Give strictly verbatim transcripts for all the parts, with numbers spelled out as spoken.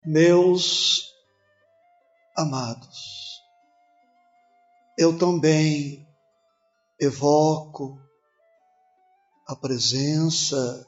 Meus amados, eu também evoco a presença,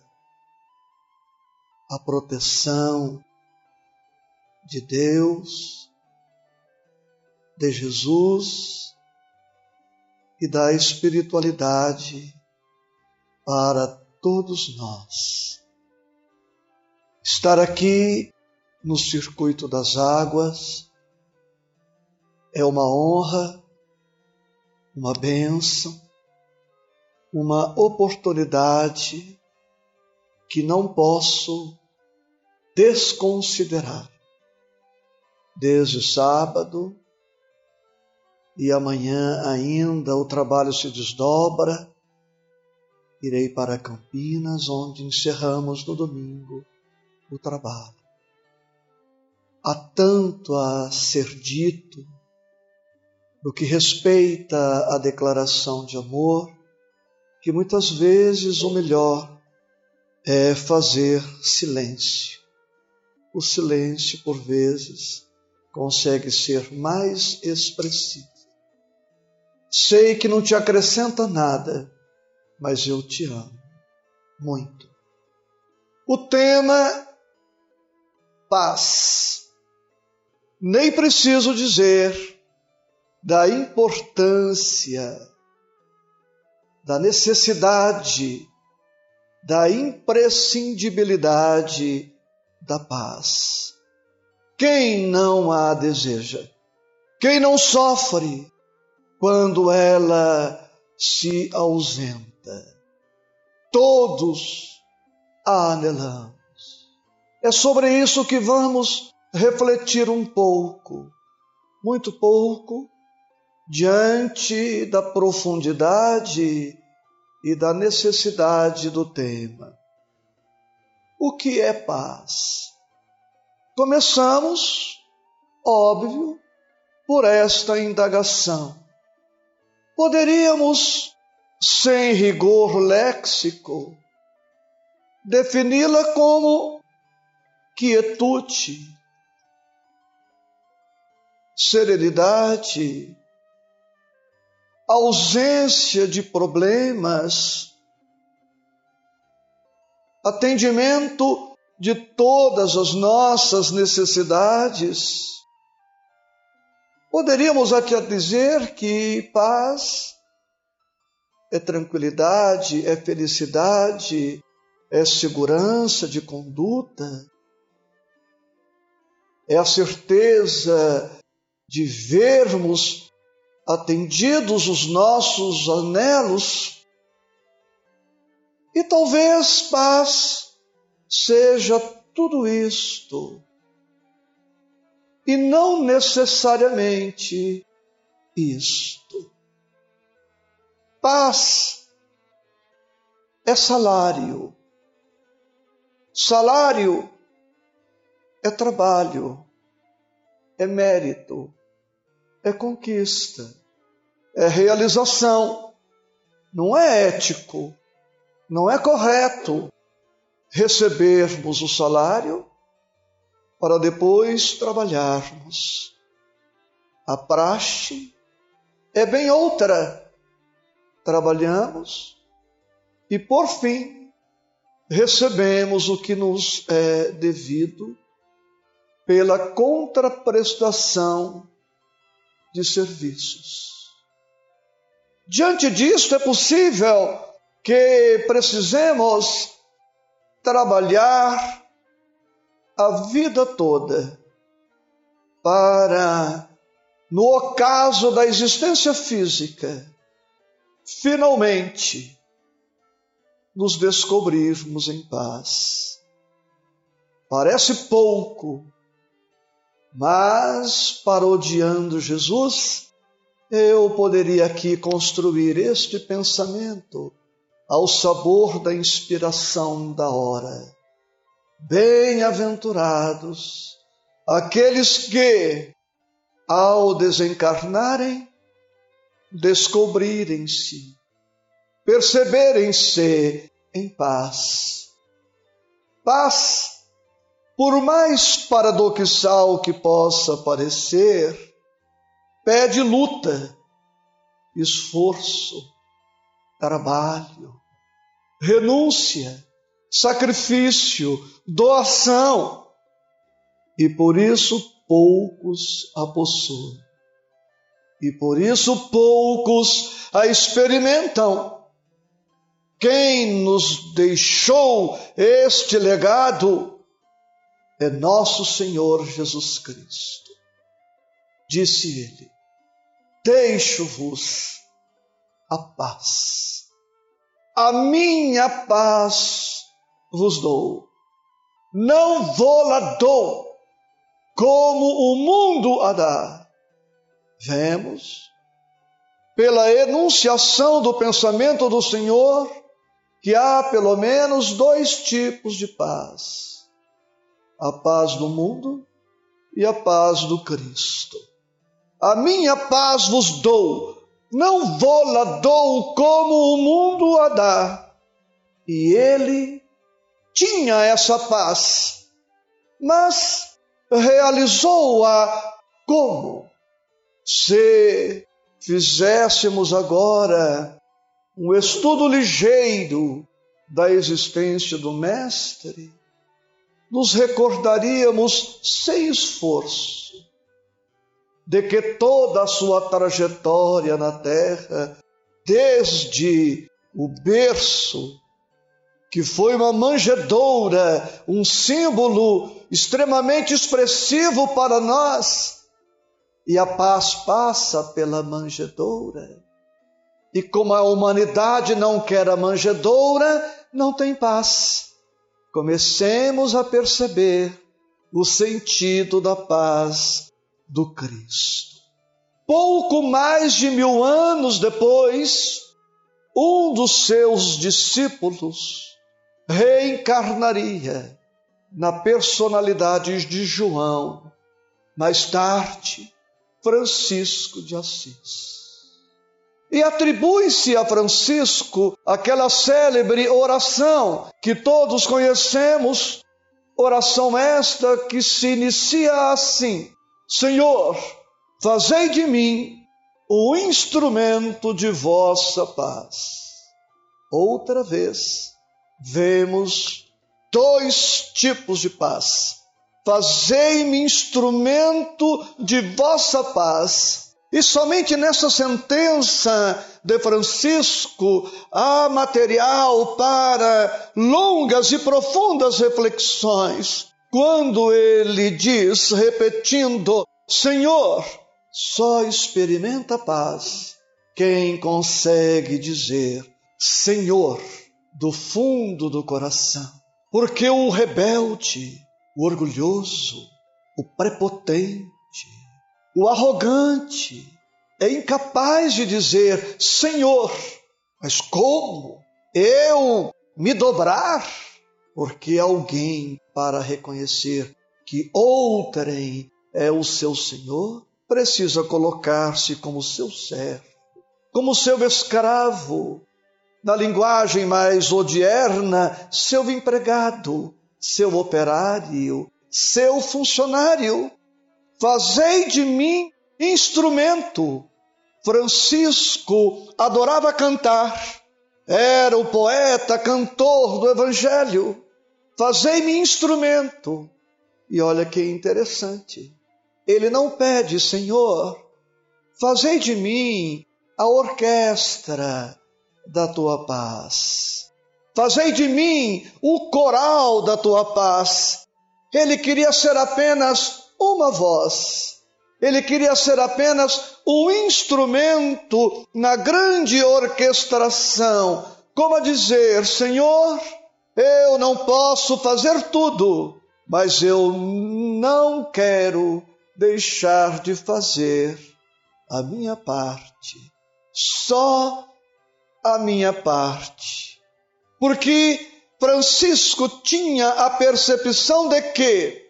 a proteção de Deus, de Jesus e da espiritualidade para todos nós. Estar aqui no circuito das águas é uma honra, uma bênção, uma oportunidade que não posso desconsiderar. Desde sábado e amanhã ainda o trabalho se desdobra. Irei para Campinas, onde encerramos no domingo o trabalho. Há tanto a ser dito no que respeita à declaração de amor, que muitas vezes o melhor é fazer silêncio. O silêncio, por vezes, consegue ser mais expressivo. Sei que não te acrescenta nada, mas eu te amo muito. O tema, paz. Nem preciso dizer da importância, da necessidade, da imprescindibilidade da paz. Quem não a deseja? Quem não sofre quando ela se ausenta? Todos a anelamos. É sobre isso que vamos refletir um pouco, muito pouco, diante da profundidade e da necessidade do tema. O que é paz? Começamos, óbvio, por esta indagação. Poderíamos, sem rigor léxico, defini-la como quietude, serenidade, ausência de problemas, atendimento de todas as nossas necessidades. Poderíamos até dizer que paz é tranquilidade, é felicidade, é segurança de conduta, é a certeza de vermos atendidos os nossos anelos. E talvez paz seja tudo isto, e não necessariamente isto. Paz é salário. Salário é trabalho, é mérito, é conquista, é realização. Não é ético, não é correto recebermos o salário para depois trabalharmos. A praxe é bem outra. Trabalhamos e, por fim, recebemos o que nos é devido pela contraprestação de serviços. Diante disto, é possível que precisemos trabalhar a vida toda para, no ocaso da existência física, finalmente nos descobrirmos em paz. Parece pouco, mas, parodiando Jesus, eu poderia aqui construir este pensamento ao sabor da inspiração da hora. Bem-aventurados aqueles que, ao desencarnarem, descobrirem-se, perceberem-se em paz. Paz por mais paradoxal que possa parecer, pede luta, esforço, trabalho, renúncia, sacrifício, doação, e por isso poucos a possuem. E por isso poucos a experimentam. Quem nos deixou este legado é nosso Senhor Jesus Cristo. Disse ele: deixo-vos a paz. A minha paz vos dou. Não vou-la dou como o mundo a dá. Vemos, pela enunciação do pensamento do Senhor, que há pelo menos dois tipos de paz: a paz do mundo e a paz do Cristo. A minha paz vos dou, não vou-la dou como o mundo a dá. E ele tinha essa paz, mas realizou-a como? Se fizéssemos agora um estudo ligeiro da existência do Mestre, nos recordaríamos sem esforço de que toda a sua trajetória na terra, desde o berço, que foi uma manjedoura, um símbolo extremamente expressivo para nós, e a paz passa pela manjedoura. E como a humanidade não quer a manjedoura, não tem paz. Comecemos a perceber o sentido da paz do Cristo. Pouco mais de mil anos depois, um dos seus discípulos reencarnaria na personalidade de João, mais tarde, Francisco de Assis. E atribui-se a Francisco aquela célebre oração que todos conhecemos, oração esta que se inicia assim: Senhor, fazei de mim o instrumento de vossa paz. Outra vez, vemos dois tipos de paz. Fazei-me instrumento de vossa paz. E somente nessa sentença de Francisco há material para longas e profundas reflexões, quando ele diz, repetindo: Senhor, só experimenta paz quem consegue dizer Senhor do fundo do coração. Porque o rebelde, o orgulhoso, o prepotente, o arrogante é incapaz de dizer Senhor. Mas como eu me dobrar? Porque alguém, para reconhecer que outrem é o seu Senhor, precisa colocar-se como seu servo, como seu escravo, na linguagem mais odierna, seu empregado, seu operário, seu funcionário. Fazei de mim instrumento. Francisco adorava cantar, era o poeta, cantor do Evangelho. Fazei-me instrumento. E olha que interessante, ele não pede, Senhor, fazei de mim a orquestra da tua paz. Fazei de mim o coral da tua paz. Ele queria ser apenas uma voz. Ele queria ser apenas um instrumento na grande orquestração, como a dizer, Senhor, eu não posso fazer tudo, mas eu não quero deixar de fazer a minha parte, só a minha parte. Porque Francisco tinha a percepção de que,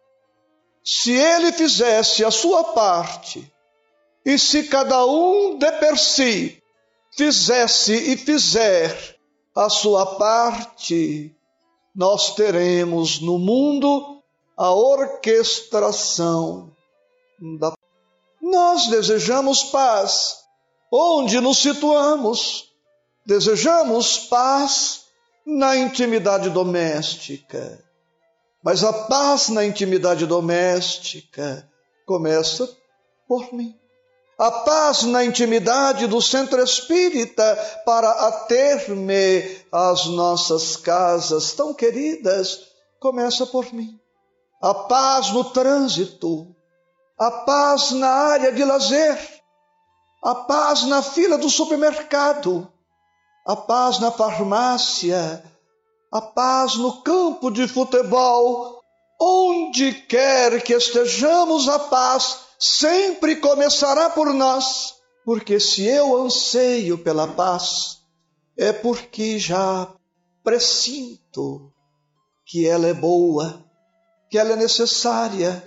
se ele fizesse a sua parte, e se cada um de per si fizesse e fizer a sua parte, nós teremos no mundo a orquestração da paz. Nós desejamos paz onde nos situamos. Desejamos paz na intimidade doméstica. Mas a paz na intimidade doméstica começa por mim. A paz na intimidade do centro espírita para ater-me às nossas casas tão queridas começa por mim. A paz no trânsito, a paz na área de lazer, a paz na fila do supermercado, a paz na farmácia, a paz no campo de futebol. Onde quer que estejamos, a paz sempre começará por nós. Porque se eu anseio pela paz, é porque já pressinto que ela é boa, que ela é necessária.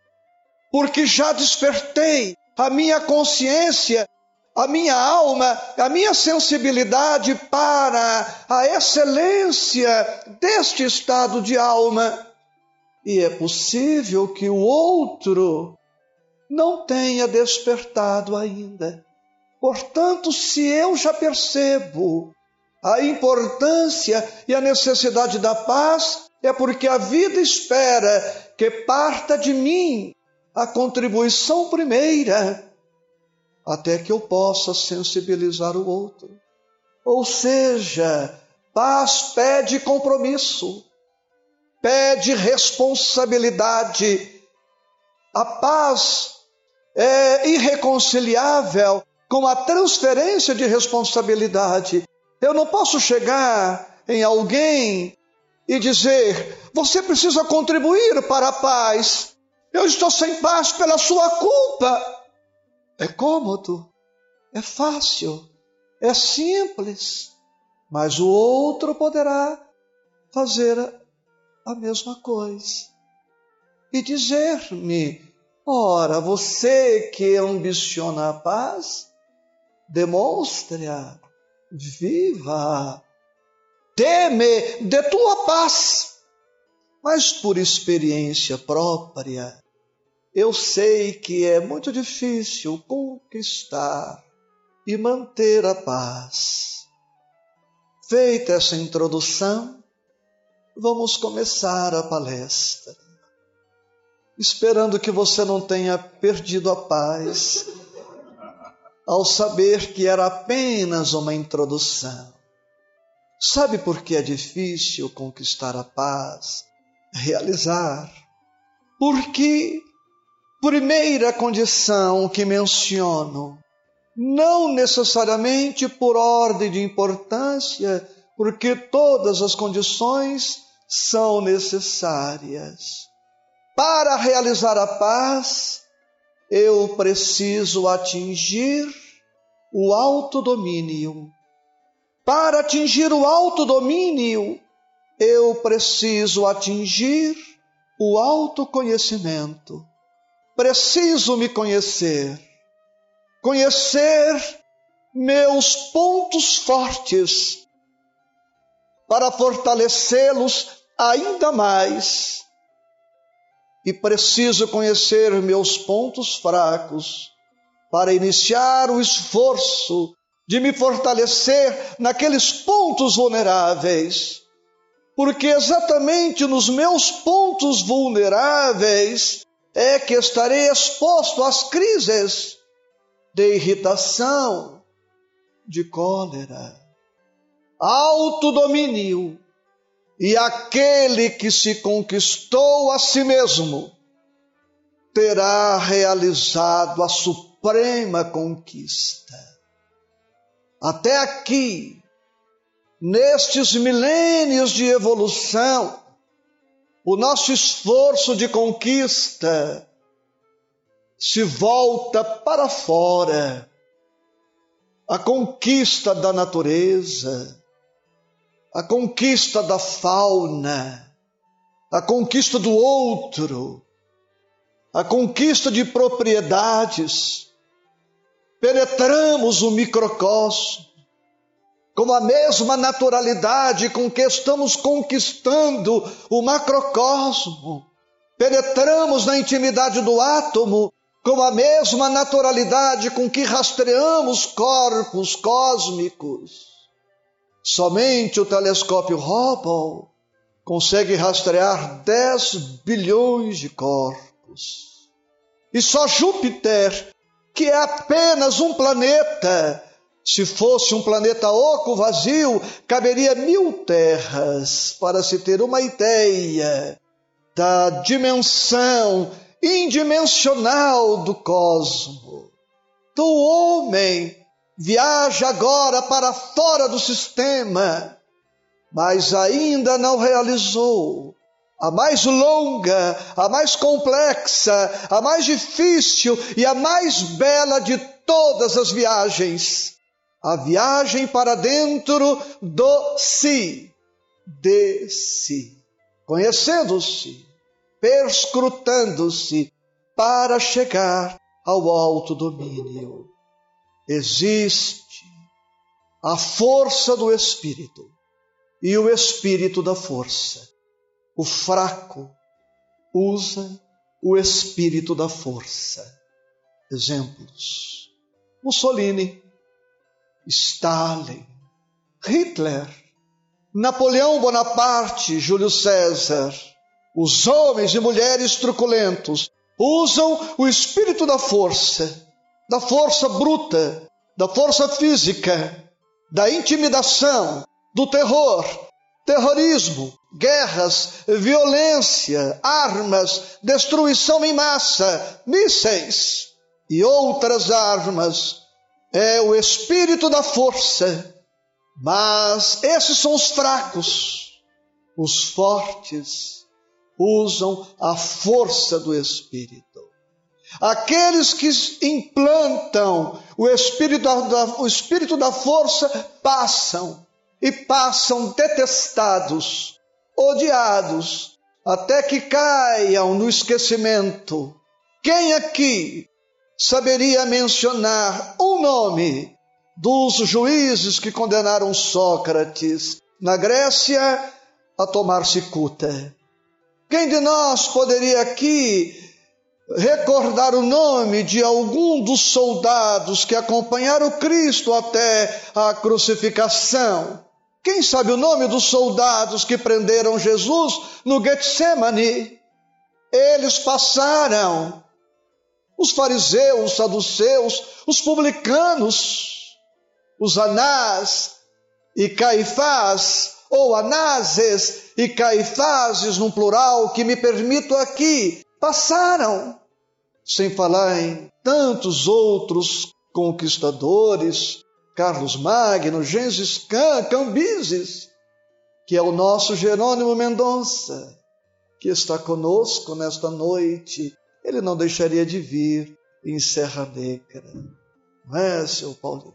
Porque já despertei a minha consciência, a minha alma, a minha sensibilidade para a excelência deste estado de alma. E é possível que o outro não tenha despertado ainda. Portanto, se eu já percebo a importância e a necessidade da paz, é porque a vida espera que parta de mim a contribuição primeira, até que eu possa sensibilizar o outro. Ou seja, paz pede compromisso, pede responsabilidade. A paz é irreconciliável com a transferência de responsabilidade. Eu não posso chegar em alguém e dizer: você precisa contribuir para a paz. Eu estou sem paz pela sua culpa. É cômodo, é fácil, é simples, mas o outro poderá fazer a mesma coisa e dizer-me: ora, você que ambiciona a paz, demonstre-a, viva, dê-me de tua paz. Mas por experiência própria, eu sei que é muito difícil conquistar e manter a paz. Feita essa introdução, vamos começar a palestra, esperando que você não tenha perdido a paz ao saber que era apenas uma introdução. Sabe por que é difícil conquistar a paz, realizar? Porque primeira condição que menciono, não necessariamente por ordem de importância, porque todas as condições são necessárias. Para realizar a paz, eu preciso atingir o autodomínio. Para atingir o autodomínio, eu preciso atingir o autoconhecimento. Preciso me conhecer, conhecer meus pontos fortes para fortalecê-los ainda mais. E preciso conhecer meus pontos fracos para iniciar o esforço de me fortalecer naqueles pontos vulneráveis. Porque exatamente nos meus pontos vulneráveis é que estarei exposto às crises de irritação, de cólera, autodomínio. E aquele que se conquistou a si mesmo terá realizado a suprema conquista. Até aqui, nestes milênios de evolução, o nosso esforço de conquista se volta para fora. A conquista da natureza, a conquista da fauna, a conquista do outro, a conquista de propriedades. Penetramos o microcosmo com a mesma naturalidade com que estamos conquistando o macrocosmo. penetramos na intimidade do átomo com a mesma naturalidade com que rastreamos corpos cósmicos. Somente o telescópio Hubble consegue rastrear dez bilhões de corpos. E só Júpiter, que é apenas um planeta, se fosse um planeta oco vazio, caberia mil terras, para se ter uma ideia da dimensão indimensional do cosmo. Então, o homem viaja agora para fora do sistema, mas ainda não realizou a mais longa, a mais complexa, a mais difícil e a mais bela de todas as viagens. A viagem para dentro do si, de si, conhecendo-se, perscrutando-se para chegar ao alto domínio. Existe a força do espírito e o espírito da força. O fraco usa o espírito da força. Exemplos: Mussolini, Stalin, Hitler, Napoleão Bonaparte, Júlio César. Os homens e mulheres truculentos usam o espírito da força, da força bruta, da força física, da intimidação, do terror, terrorismo, guerras, violência, armas, destruição em massa, mísseis e outras armas. É o espírito da força. Mas esses são os fracos. Os fortes usam a força do espírito. Aqueles que implantam o espírito da, o espírito da força passam, e passam detestados, odiados, até que caiam no esquecimento. Quem aqui saberia mencionar um nome dos juízes que condenaram Sócrates na Grécia a tomar cicuta? Quem de nós poderia aqui recordar o nome de algum dos soldados que acompanharam Cristo até a crucificação? Quem sabe o nome dos soldados que prenderam Jesus no Getsemane? Eles passaram. Os fariseus, os saduceus, os publicanos, os Anás e Caifás, ou Anases e Caifáses no plural, que me permito aqui, passaram, sem falar em tantos outros conquistadores, Carlos Magno, Gengis Khan, Cambises, que é o nosso Jerônimo Mendonça, que está conosco nesta noite. Ele não deixaria de vir em Serra Negra, não é, seu Paulinho?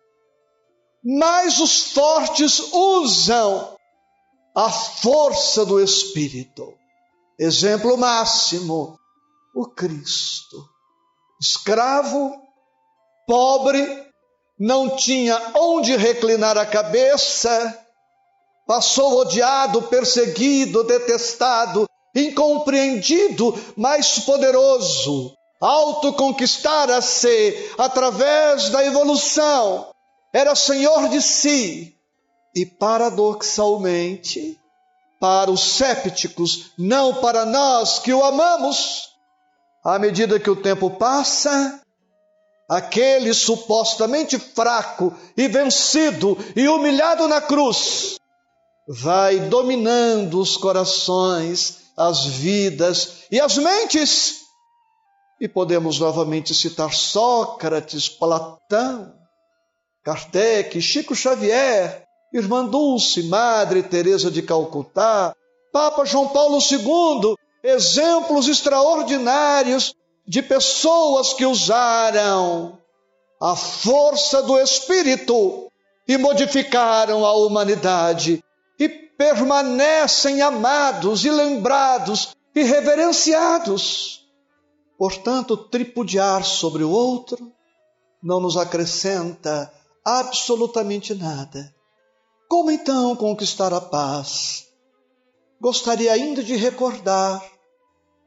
Mas os fortes usam a força do Espírito. Exemplo máximo, o Cristo. Escravo, pobre, não tinha onde reclinar a cabeça, passou odiado, perseguido, detestado, incompreendido, mas poderoso, autoconquistara-se através da evolução, era senhor de si. E paradoxalmente, para os cépticos, não para nós que o amamos, à medida que o tempo passa, aquele supostamente fraco e vencido e humilhado na cruz vai dominando os corações, as vidas e as mentes. E podemos novamente citar Sócrates, Platão, Kardec, Chico Xavier, Irmã Dulce, Madre Teresa de Calcutá, Papa João Paulo segundo, exemplos extraordinários de pessoas que usaram a força do Espírito e modificaram a humanidade e permanecem amados e lembrados e reverenciados. Portanto, tripudiar sobre o outro não nos acrescenta absolutamente nada. Como então conquistar a paz? Gostaria ainda de recordar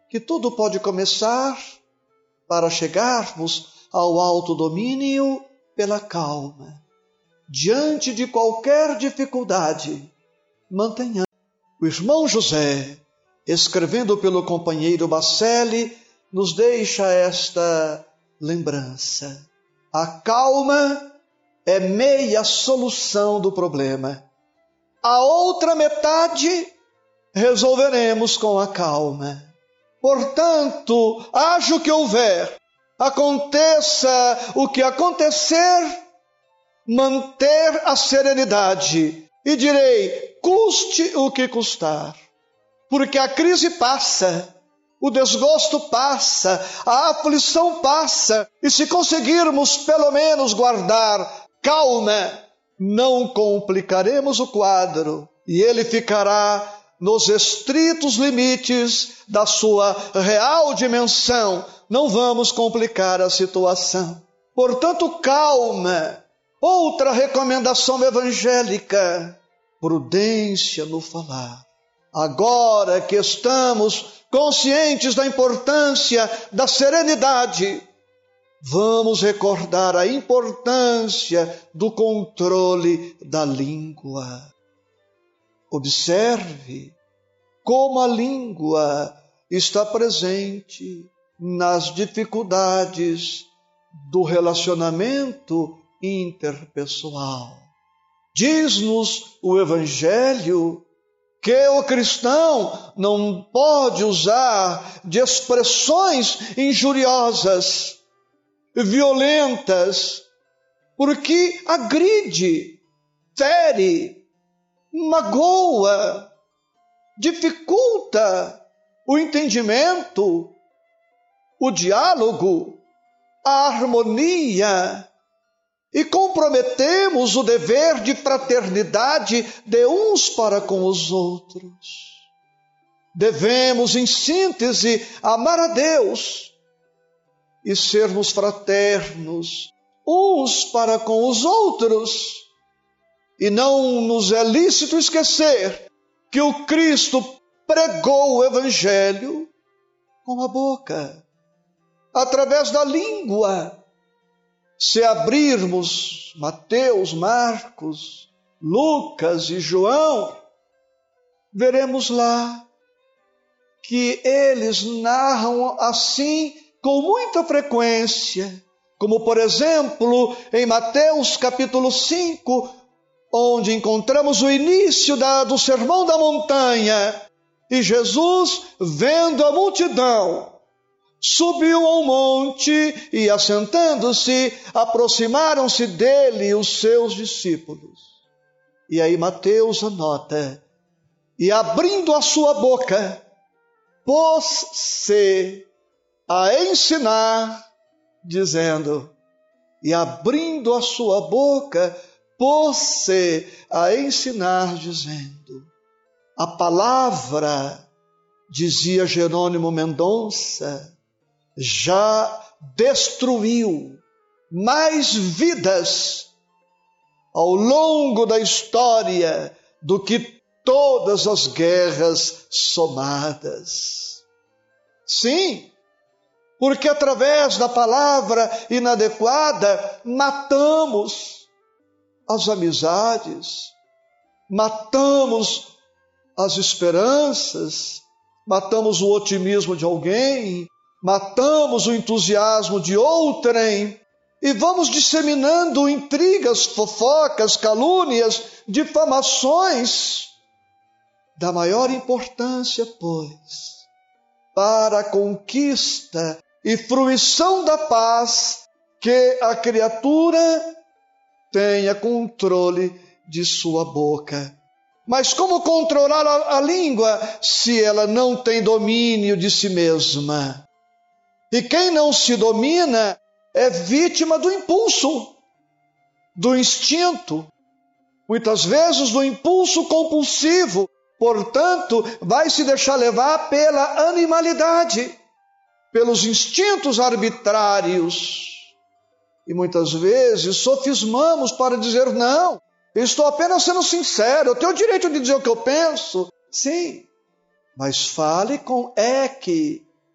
que tudo pode começar para chegarmos ao autodomínio pela calma. Diante de qualquer dificuldade, mantenhamos. O irmão José, escrevendo pelo companheiro Bacelli, nos deixa esta lembrança. A calma é meia solução do problema. A outra metade resolveremos com a calma. Portanto, haja o que houver, aconteça o que acontecer, manter a serenidade. E direi, custe o que custar. Porque a crise passa, o desgosto passa, a aflição passa. E se conseguirmos pelo menos guardar calma, não complicaremos o quadro. E ele ficará nos estritos limites da sua real dimensão. Não vamos complicar a situação. Portanto, calma. Outra recomendação evangélica: prudência no falar. Agora que estamos conscientes da importância da serenidade, vamos recordar a importância do controle da língua. Observe como a língua está presente nas dificuldades do relacionamento interpessoal. Diz-nos o Evangelho que o cristão não pode usar de expressões injuriosas, violentas, porque agride, fere, magoa, dificulta o entendimento, o diálogo, a harmonia, e comprometemos o dever de fraternidade de uns para com os outros. Devemos, em síntese, amar a Deus e sermos fraternos uns para com os outros. E não nos é lícito esquecer que o Cristo pregou o Evangelho com a boca, através da língua. Se abrirmos Mateus, Marcos, Lucas e João, veremos lá que eles narram assim com muita frequência, como por exemplo em Mateus capítulo cinco, onde encontramos o início da, do Sermão da Montanha, e Jesus, vendo a multidão, subiu ao monte e, assentando-se, aproximaram-se dele os seus discípulos. E aí Mateus anota, e abrindo a sua boca, pôs-se a ensinar, dizendo, e abrindo a sua boca, pôs-se a ensinar, dizendo, a palavra, dizia Jerônimo Mendonça, já destruiu mais vidas ao longo da história do que todas as guerras somadas. Sim, porque através da palavra inadequada matamos as amizades, matamos as esperanças, matamos o otimismo de alguém, matamos o entusiasmo de outrem e vamos disseminando intrigas, fofocas, calúnias, difamações. Da maior importância, pois, para a conquista e fruição da paz, que a criatura tenha controle de sua boca. Mas como controlar a, a língua se ela não tem domínio de si mesma? E quem não se domina é vítima do impulso, do instinto, muitas vezes do impulso compulsivo. Portanto, vai se deixar levar pela animalidade, pelos instintos arbitrários. E muitas vezes sofismamos para dizer, não, eu estou apenas sendo sincero, eu tenho o direito de dizer o que eu penso. Sim, mas fale com eque,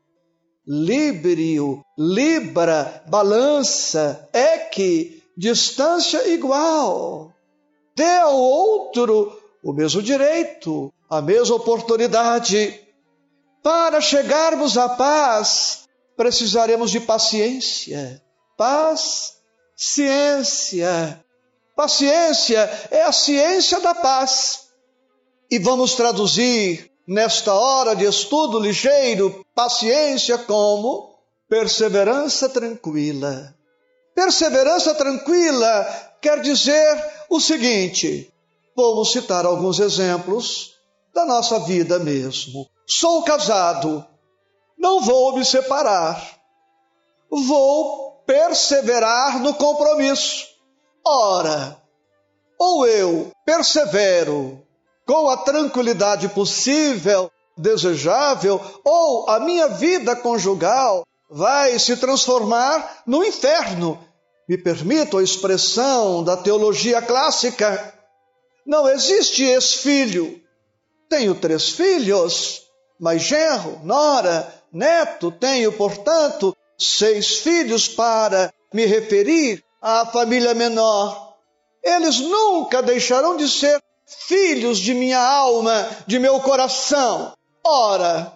líbrio, libra, balança, eque, distância igual. Dê ao outro o mesmo direito, a mesma oportunidade. Para chegarmos à paz, precisaremos de paciência. Paz, ciência. Paciência é a ciência da paz. E vamos traduzir nesta hora de estudo ligeiro, paciência como perseverança tranquila. Perseverança tranquila quer dizer o seguinte, vamos citar alguns exemplos da nossa vida mesmo. Sou casado, não vou me separar, vou perseverar no compromisso. Ora, ou eu persevero com a tranquilidade possível, desejável, ou a minha vida conjugal vai se transformar no inferno. Me permito a expressão da teologia clássica. Não existe ex-filho. Tenho três filhos, mas genro, nora, neto, tenho, portanto, seis filhos para me referir à família menor. Eles nunca deixarão de ser filhos de minha alma, de meu coração. Ora,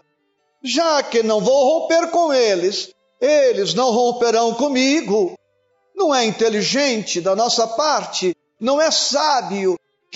já que não vou romper com eles, eles não romperão comigo. Não é inteligente da nossa parte, não é sábio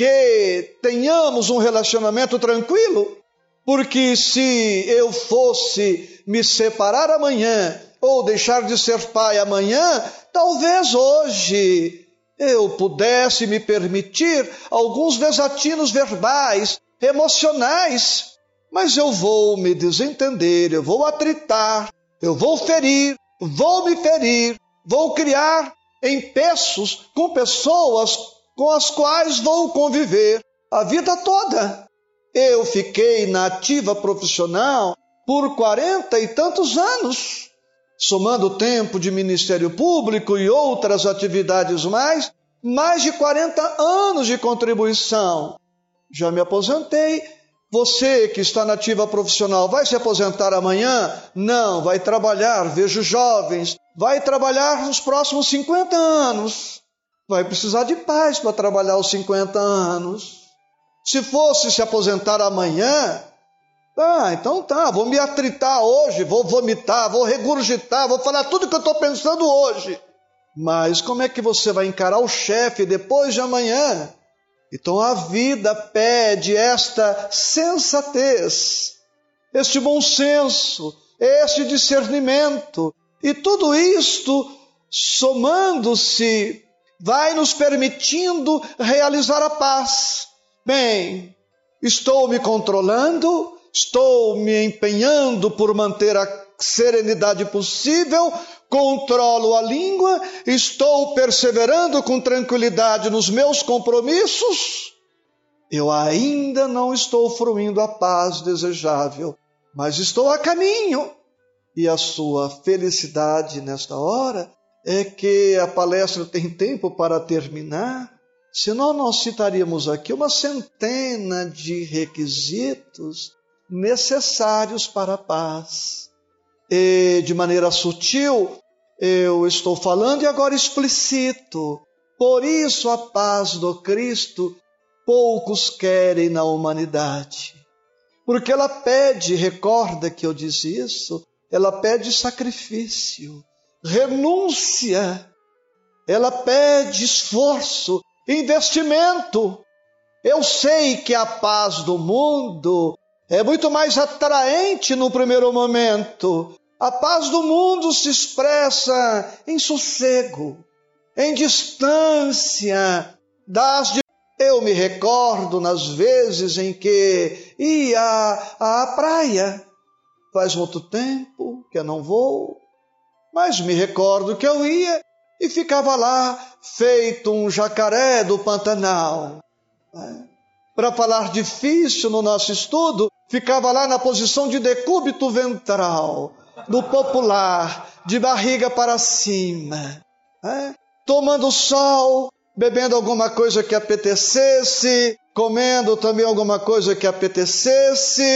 que tenhamos um relacionamento tranquilo? Porque se eu fosse me separar amanhã ou deixar de ser pai amanhã, talvez hoje eu pudesse me permitir alguns desatinos verbais, emocionais, mas eu vou me desentender, eu vou atritar, eu vou ferir, vou me ferir, vou criar empeços com pessoas com as quais vou conviver a vida toda. Eu fiquei na ativa profissional por quarenta e tantos anos, somando o tempo de Ministério Público e outras atividades mais, mais de quarenta anos de contribuição. Já me aposentei. Você que está na ativa profissional vai se aposentar amanhã? Não, vai trabalhar, vejo jovens, vai trabalhar nos próximos cinquenta anos. Vai precisar de paz para trabalhar os cinquenta anos. Se fosse se aposentar amanhã, ah, então tá, vou me atritar hoje, vou vomitar, vou regurgitar, vou falar tudo que eu estou pensando hoje. Mas como é que você vai encarar o chefe depois de amanhã? Então a vida pede esta sensatez, este bom senso, este discernimento. E tudo isto, somando-se, vai nos permitindo realizar a paz. Bem, estou me controlando, estou me empenhando por manter a serenidade possível, controlo a língua, estou perseverando com tranquilidade nos meus compromissos. Eu ainda não estou fruindo a paz desejável, mas estou a caminho. E a sua felicidade nesta hora é que a palestra tem tempo para terminar. Senão nós citaríamos aqui uma centena de requisitos necessários para a paz. E de maneira sutil, eu estou falando e agora explicito. Por isso a paz do Cristo poucos querem na humanidade. Porque ela pede, recorda que eu disse isso, ela pede sacrifício, renúncia, ela pede esforço, investimento. Eu sei que a paz do mundo é muito mais atraente no primeiro momento. A paz do mundo se expressa em sossego, em distância das... Eu me recordo nas vezes em que ia à praia. Faz muito tempo que eu não vou, mas me recordo que eu ia e ficava lá feito um jacaré do Pantanal. Para falar difícil no nosso estudo, ficava lá na posição de decúbito ventral, do popular, de barriga para cima, é? Tomando sol, bebendo alguma coisa que apetecesse, comendo também alguma coisa que apetecesse,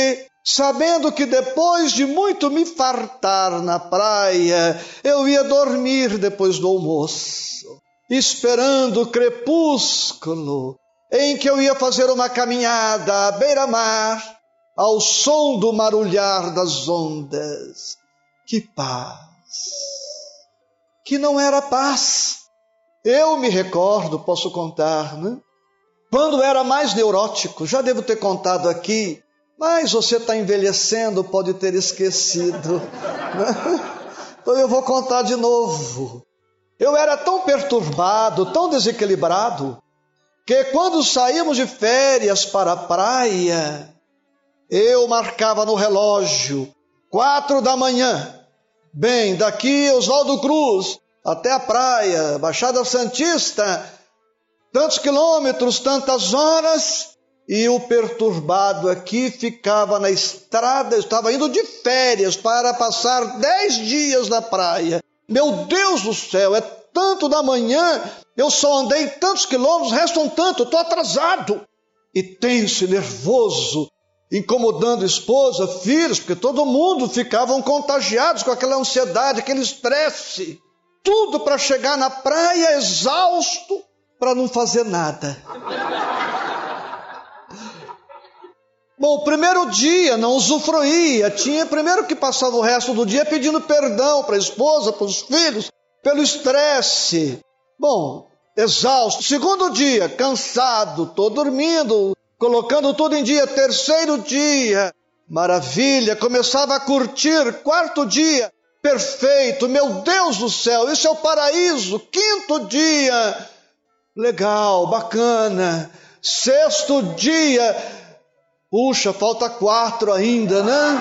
sabendo que depois de muito me fartar na praia, eu ia dormir depois do almoço, esperando o crepúsculo, em que eu ia fazer uma caminhada à beira-mar, ao som do marulhar das ondas. Que paz! Que não era paz. Eu me recordo, posso contar, né? Quando era mais neurótico, já devo ter contado aqui, mas você está envelhecendo, pode ter esquecido. Então eu vou contar de novo. Eu era tão perturbado, tão desequilibrado, que quando saímos de férias para a praia, eu marcava no relógio, quatro da manhã, bem, daqui Oswaldo Cruz até a praia, Baixada Santista, tantos quilômetros, tantas horas, e o perturbado aqui ficava na estrada, eu estava indo de férias para passar dez dias na praia. Meu Deus do céu, é tanto da manhã, eu só andei tantos quilômetros, restam tanto, estou atrasado. E tenso e nervoso, incomodando esposa, filhos, porque todo mundo ficavam contagiados com aquela ansiedade, aquele estresse. Tudo para chegar na praia exausto, para não fazer nada. Bom, o primeiro dia não usufruía, tinha primeiro que passava o resto do dia pedindo perdão para a esposa, para os filhos, pelo estresse. Bom, exausto. Segundo dia, cansado, estou dormindo, colocando tudo em dia. Terceiro dia, maravilha, começava a curtir. Quarto dia, perfeito, meu Deus do céu, isso é o paraíso. Quinto dia, legal, bacana. Sexto dia, puxa, falta quatro ainda, né?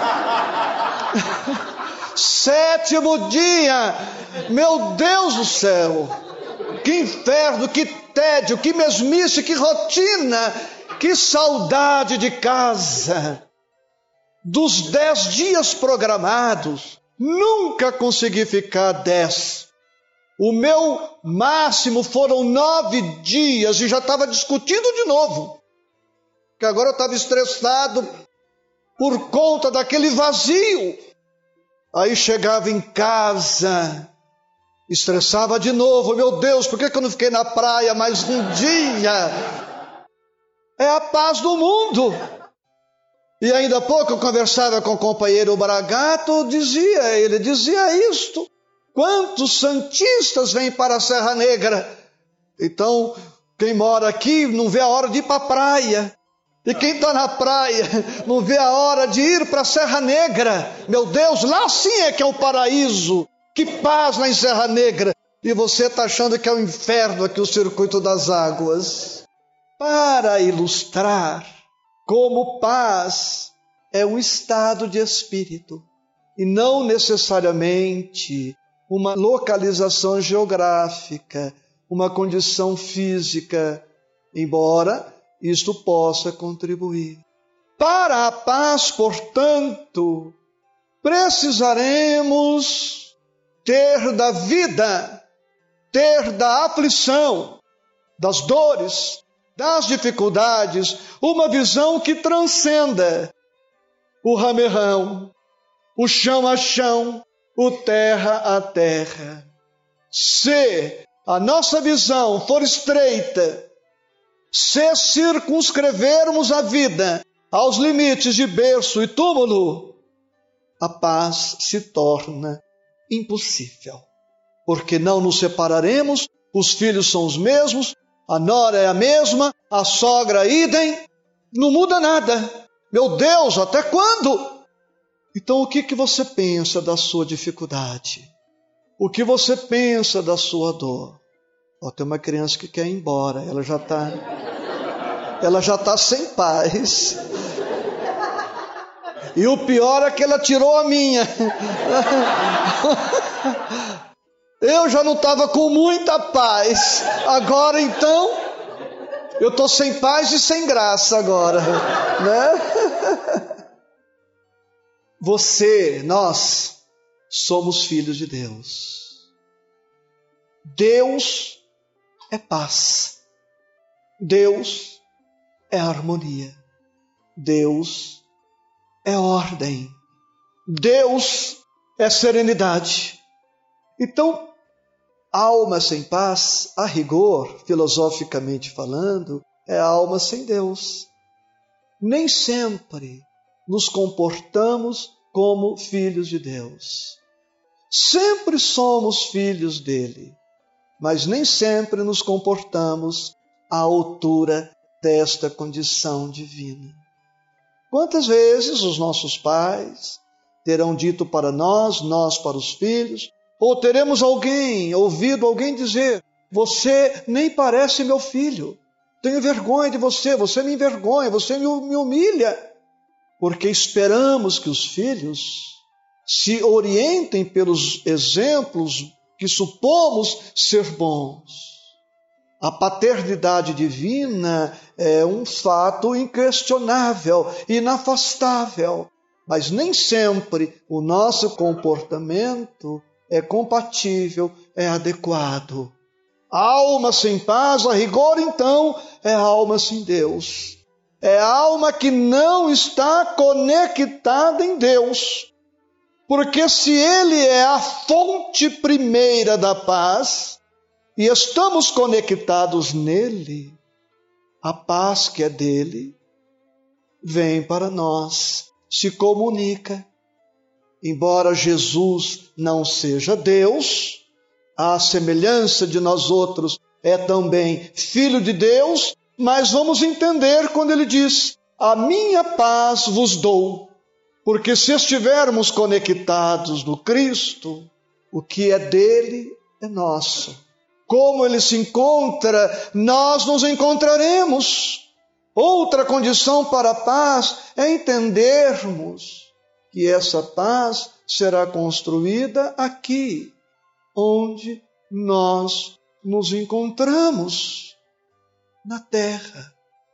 Sétimo dia, meu Deus do céu, que inferno, que tédio, que mesmice, que rotina, que saudade de casa. Dos dez dias programados, nunca consegui ficar dez. O meu máximo foram nove dias e já estava discutindo de novo. Porque agora eu estava estressado por conta daquele vazio. Aí chegava em casa, estressava de novo. Meu Deus, por que que eu não fiquei na praia mais um dia? É a paz do mundo. E ainda há pouco eu conversava com o companheiro Bragato, dizia, ele dizia isto. Quantos santistas vêm para a Serra Negra? Então, quem mora aqui não vê a hora de ir para a praia. E quem está na praia não vê a hora de ir para a Serra Negra. Meu Deus, lá sim é que é o paraíso. Que paz lá em Serra Negra. E você está achando que é o inferno aqui, o circuito das águas. Para ilustrar como paz é um estado de espírito e não necessariamente uma localização geográfica, uma condição física, embora isto possa contribuir. Para a paz, portanto, precisaremos ter da vida, ter da aflição, das dores, das dificuldades, uma visão que transcenda o ramerrão, o chão a chão, o terra a terra. Se a nossa visão for estreita, se circunscrevermos a vida aos limites de berço e túmulo, a paz se torna impossível, porque não nos separaremos, os filhos são os mesmos, a nora é a mesma, a sogra idem, não muda nada. Meu Deus, até quando? Então o que, que você pensa da sua dificuldade? O que você pensa da sua dor? Ó, tem uma criança que quer ir embora, ela já está ela já está sem paz. E o pior é que ela tirou a minha. Eu já não estava com muita paz. Agora então, eu estou sem paz e sem graça agora, né? Você, nós, somos filhos de Deus. Deus é paz. Deus é harmonia. Deus é ordem. Deus é serenidade. Então, alma sem paz, a rigor, filosoficamente falando, é alma sem Deus. Nem sempre nos comportamos como filhos de Deus. Sempre somos filhos dele, mas nem sempre nos comportamos à altura desta condição divina. Quantas vezes os nossos pais terão dito para nós, nós para os filhos, ou teremos alguém, ouvido alguém dizer: você nem parece meu filho, tenho vergonha de você, você me envergonha, você me humilha. Porque esperamos que os filhos se orientem pelos exemplos que supomos ser bons. A paternidade divina é um fato inquestionável, inafastável, mas nem sempre o nosso comportamento é compatível, é adequado. A alma sem paz, a rigor, então, é a alma sem Deus. É a alma que não está conectada em Deus. Porque se Ele é a fonte primeira da paz, e estamos conectados nele, a paz que é dele vem para nós, se comunica. Embora Jesus não seja Deus, à semelhança de nós outros, é também Filho de Deus, mas vamos entender quando ele diz: a minha paz vos dou. Porque se estivermos conectados no Cristo, o que é dele é nosso. Como ele se encontra, nós nos encontraremos. Outra condição para a paz é entendermos que essa paz será construída aqui, onde nós nos encontramos, na terra.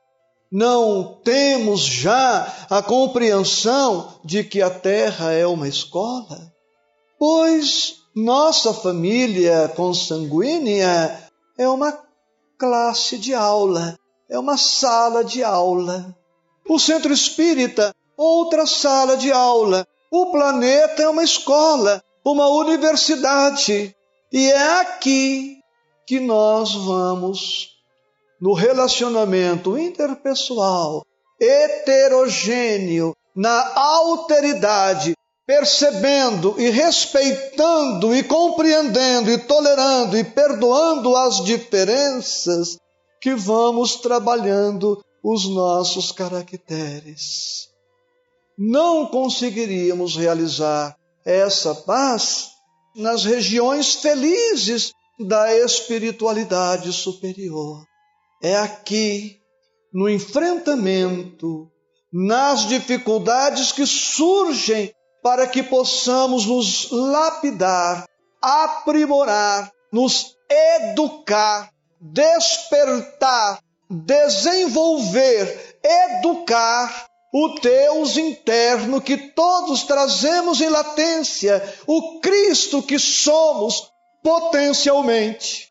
Não temos já a compreensão de que a terra é uma escola? Pois nossa família consanguínea é uma classe de aula, é uma sala de aula. O centro espírita, outra sala de aula. O planeta é uma escola, uma universidade. E é aqui que nós vamos, no relacionamento interpessoal, heterogêneo, na alteridade, percebendo e respeitando e compreendendo e tolerando e perdoando as diferenças, que vamos trabalhando os nossos caracteres. Não conseguiríamos realizar essa paz nas regiões felizes da espiritualidade superior. É aqui, no enfrentamento, nas dificuldades que surgem para que possamos nos lapidar, aprimorar, nos educar, despertar, desenvolver, educar o Deus interno que todos trazemos em latência, o Cristo que somos potencialmente.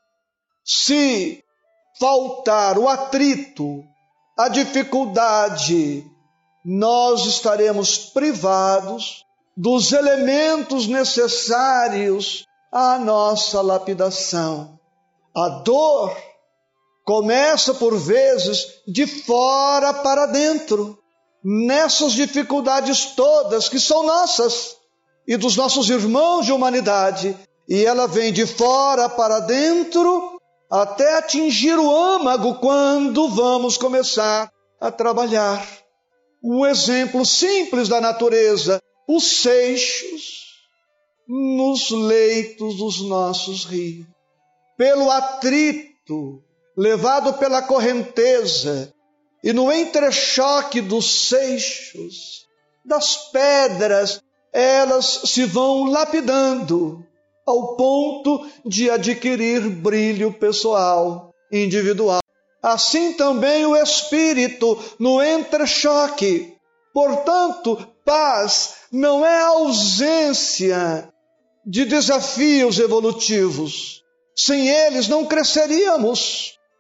Se faltar o atrito, a dificuldade, nós estaremos privados dos elementos necessários à nossa lapidação. A dor começa, por vezes, de fora para dentro, nessas dificuldades todas que são nossas e dos nossos irmãos de humanidade, e ela vem de fora para dentro até atingir o âmago quando vamos começar a trabalhar. Um exemplo simples da natureza: os seixos nos leitos dos nossos rios. Pelo atrito levado pela correnteza e no entrechoque dos seixos, das pedras, elas se vão lapidando ao ponto de adquirir brilho pessoal, individual. Assim também o espírito no entrechoque. Portanto, paz não é ausência de desafios evolutivos. Sem eles não cresceríamos.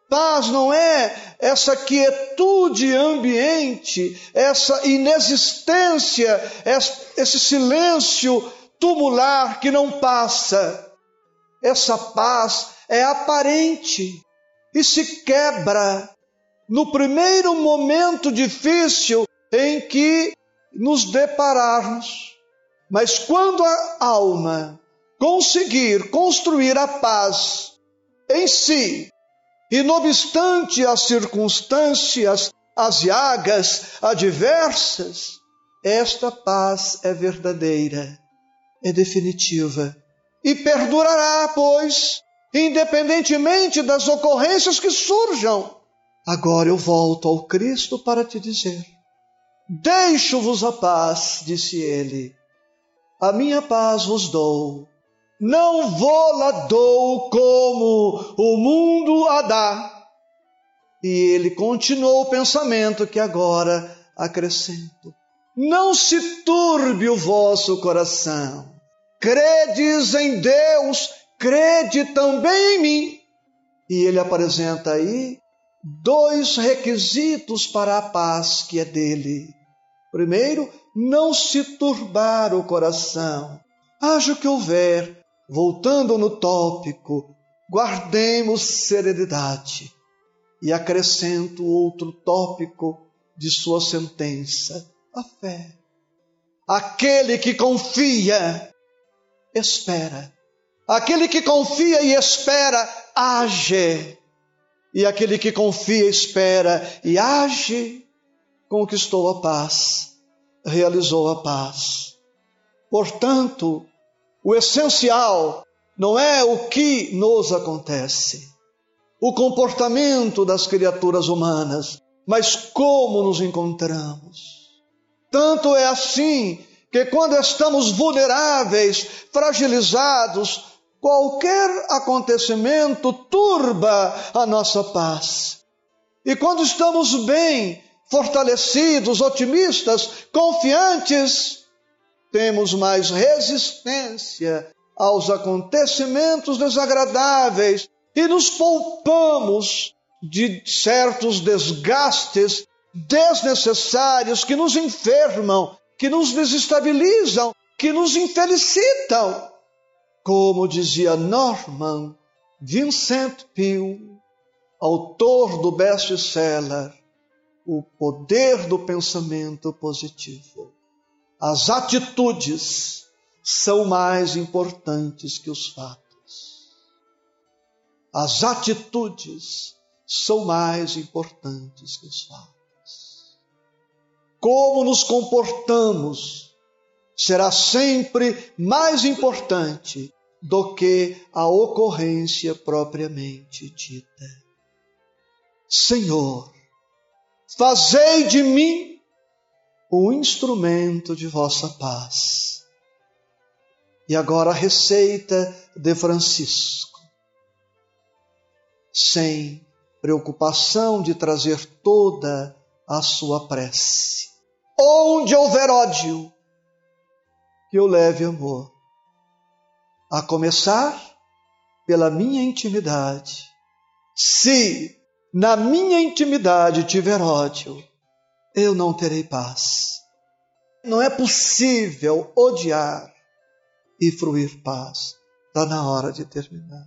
Paz não é essa quietude ambiente, essa inexistência, esse silêncio tumular que não passa. Essa paz é aparente e se quebra no primeiro momento difícil em que nos depararmos. Mas quando a alma conseguir construir a paz em si, e não obstante as circunstâncias aziagas, adversas, esta paz é verdadeira, é definitiva e perdurará, pois, independentemente das ocorrências que surjam. Agora eu volto ao Cristo para te dizer: deixo-vos a paz, disse ele, a minha paz vos dou. Não vou-la dou como o mundo a dá. E ele continuou o pensamento que agora acrescento: não se turbe o vosso coração. Credes em Deus, crede também em mim. E ele apresenta aí dois requisitos para a paz que é dele. Primeiro, não se turbar o coração. Haja o que houver, voltando no tópico, guardemos serenidade. E acrescento outro tópico de sua sentença: a fé. Aquele que confia, espera. Aquele que confia e espera, age. E aquele que confia, espera e age, conquistou a paz, realizou a paz. Portanto, o essencial não é o que nos acontece, o comportamento das criaturas humanas, mas como nos encontramos. Tanto é assim que quando estamos vulneráveis, fragilizados, qualquer acontecimento turba a nossa paz. E quando estamos bem, fortalecidos, otimistas, confiantes, temos mais resistência aos acontecimentos desagradáveis e nos poupamos de certos desgastes desnecessários que nos enfermam, que nos desestabilizam, que nos infelicitam. Como dizia Norman Vincent Peale, autor do best-seller O Poder do Pensamento Positivo: as atitudes são mais importantes que os fatos. As atitudes são mais importantes que os fatos. Como nos comportamos será sempre mais importante do que a ocorrência propriamente dita. Senhor, fazei de mim o instrumento de vossa paz. E agora a receita de Francisco. Sem preocupação de trazer toda a sua prece. Onde houver ódio, que eu leve amor. A começar pela minha intimidade. Se na minha intimidade tiver ódio, eu não terei paz. Não é possível odiar e fruir paz. Está na hora de terminar.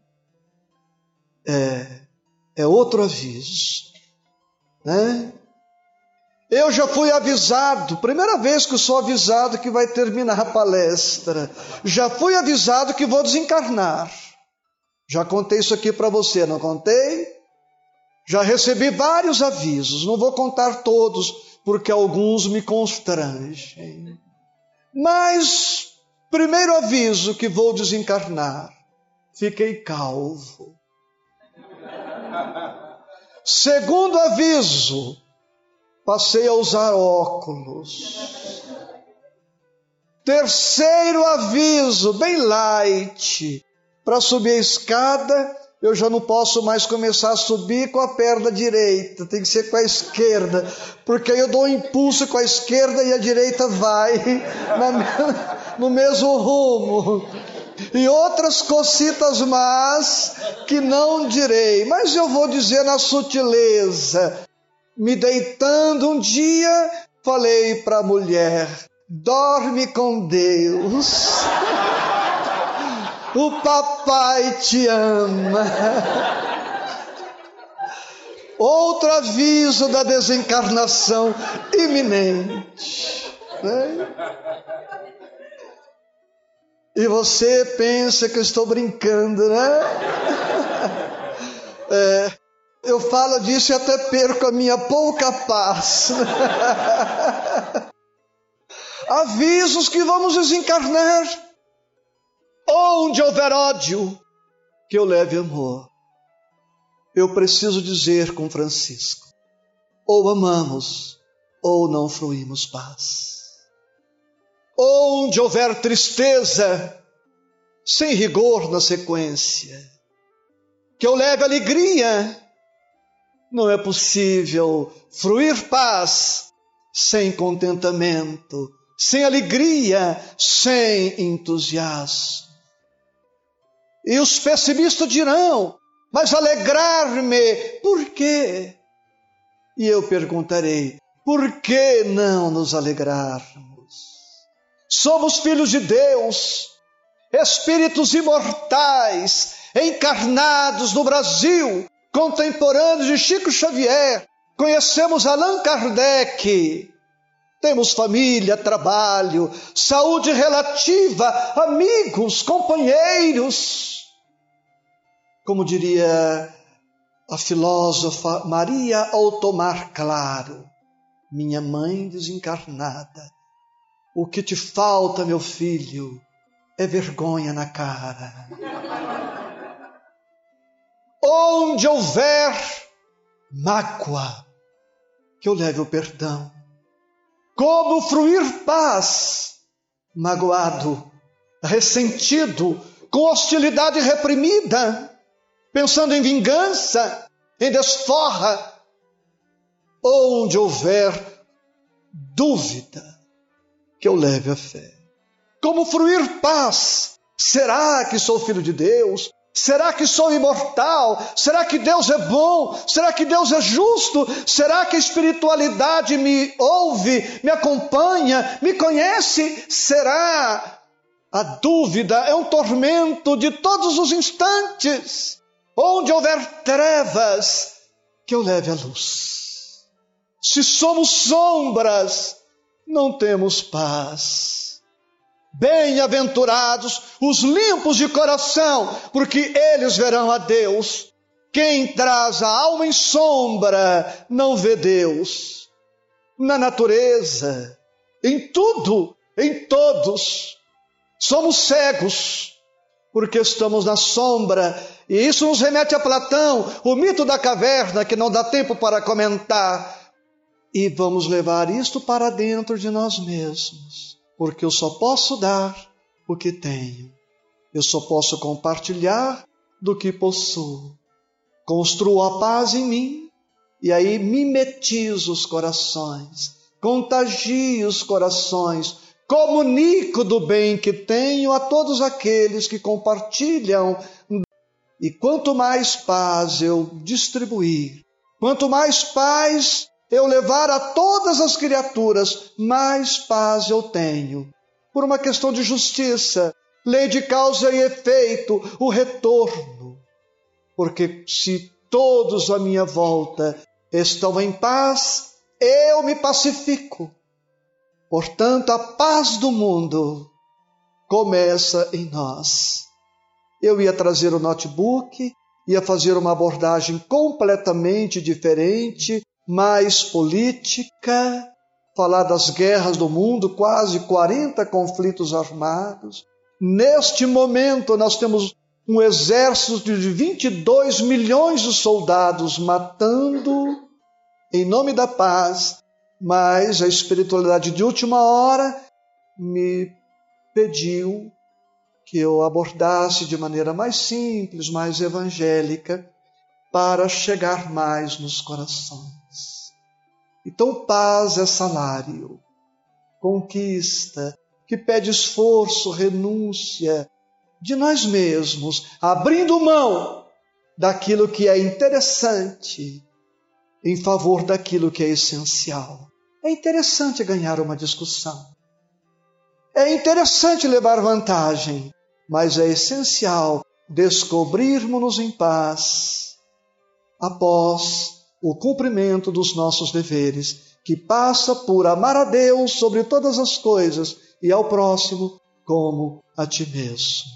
É, é outro aviso, né? Eu já fui avisado, primeira vez que eu sou avisado que vai terminar a palestra. Já fui avisado que vou desencarnar. Já contei isso aqui para você, não contei? Já recebi vários avisos, não vou contar todos, porque alguns me constrangem. Mas, primeiro aviso que vou desencarnar, fiquei calvo. Segundo aviso, passei a usar óculos. Terceiro aviso, bem light, para subir a escada, eu já não posso mais começar a subir com a perna direita, tem que ser com a esquerda, porque aí eu dou um impulso com a esquerda e a direita vai na, no mesmo rumo. e outras cocitas más que não direi, mas eu vou dizer na sutileza. Me deitando um dia, falei para a mulher: dorme com Deus, o papai te ama. Outro aviso da desencarnação iminente, né? E você pensa que eu estou brincando, né? É, eu falo disso e até perco a minha pouca paz. Avisos que vamos desencarnar. Onde houver ódio, que eu leve amor. Eu preciso dizer com Francisco: ou amamos, ou não fruímos paz. Onde houver tristeza, sem rigor na sequência, que eu leve alegria. Não é possível fruir paz sem contentamento, sem alegria, sem entusiasmo. E os pessimistas dirão: mas alegrar-me, por quê? E eu perguntarei: por que não nos alegrarmos? Somos filhos de Deus, espíritos imortais, encarnados no Brasil, contemporâneos de Chico Xavier. Conhecemos Allan Kardec. Temos família, trabalho, saúde relativa, amigos, companheiros. Como diria a filósofa Maria Altomar Claro, minha mãe desencarnada: o que te falta, meu filho, é vergonha na cara. Onde houver mágoa, que eu leve o perdão. Como fruir paz? Magoado, ressentido, com hostilidade reprimida, pensando em vingança, em desforra. Onde houver dúvida, que eu leve a fé. Como fruir paz? Será que sou filho de Deus? Será que sou imortal? Será que Deus é bom? Será que Deus é justo? Será que a espiritualidade me ouve, me acompanha, me conhece? Será? A dúvida é um tormento de todos os instantes. Onde houver trevas, que eu leve a luz. Se somos sombras, não temos paz. Bem-aventurados os limpos de coração, porque eles verão a Deus. Quem traz a alma em sombra não vê Deus. Na natureza, em tudo, em todos, somos cegos, porque estamos na sombra. E isso nos remete a Platão, o mito da caverna, que não dá tempo para comentar. E vamos levar isto para dentro de nós mesmos, porque eu só posso dar o que tenho. Eu só posso compartilhar do que possuo. Construo a paz em mim, e aí mimetizo os corações, contagio os corações, comunico do bem que tenho a todos aqueles que compartilham. E quanto mais paz eu distribuir, quanto mais paz eu levar a todas as criaturas, mais paz eu tenho. Por uma questão de justiça, lei de causa e efeito, o retorno. Porque se todos à minha volta estão em paz, eu me pacifico. Portanto, a paz do mundo começa em nós. Eu ia trazer o notebook, ia fazer uma abordagem completamente diferente, mais política, falar das guerras do mundo, quase quarenta conflitos armados. Neste momento nós temos um exército de vinte e dois milhões de soldados matando em nome da paz, mas a espiritualidade de última hora me pediu que eu abordasse de maneira mais simples, mais evangélica, para chegar mais nos corações. Então, paz é salário, conquista, que pede esforço, renúncia, de nós mesmos, abrindo mão daquilo que é interessante em favor daquilo que é essencial. É interessante ganhar uma discussão. É interessante levar vantagem, mas é essencial descobrirmos-nos em paz após o cumprimento dos nossos deveres, que passa por amar a Deus sobre todas as coisas e ao próximo como a ti mesmo.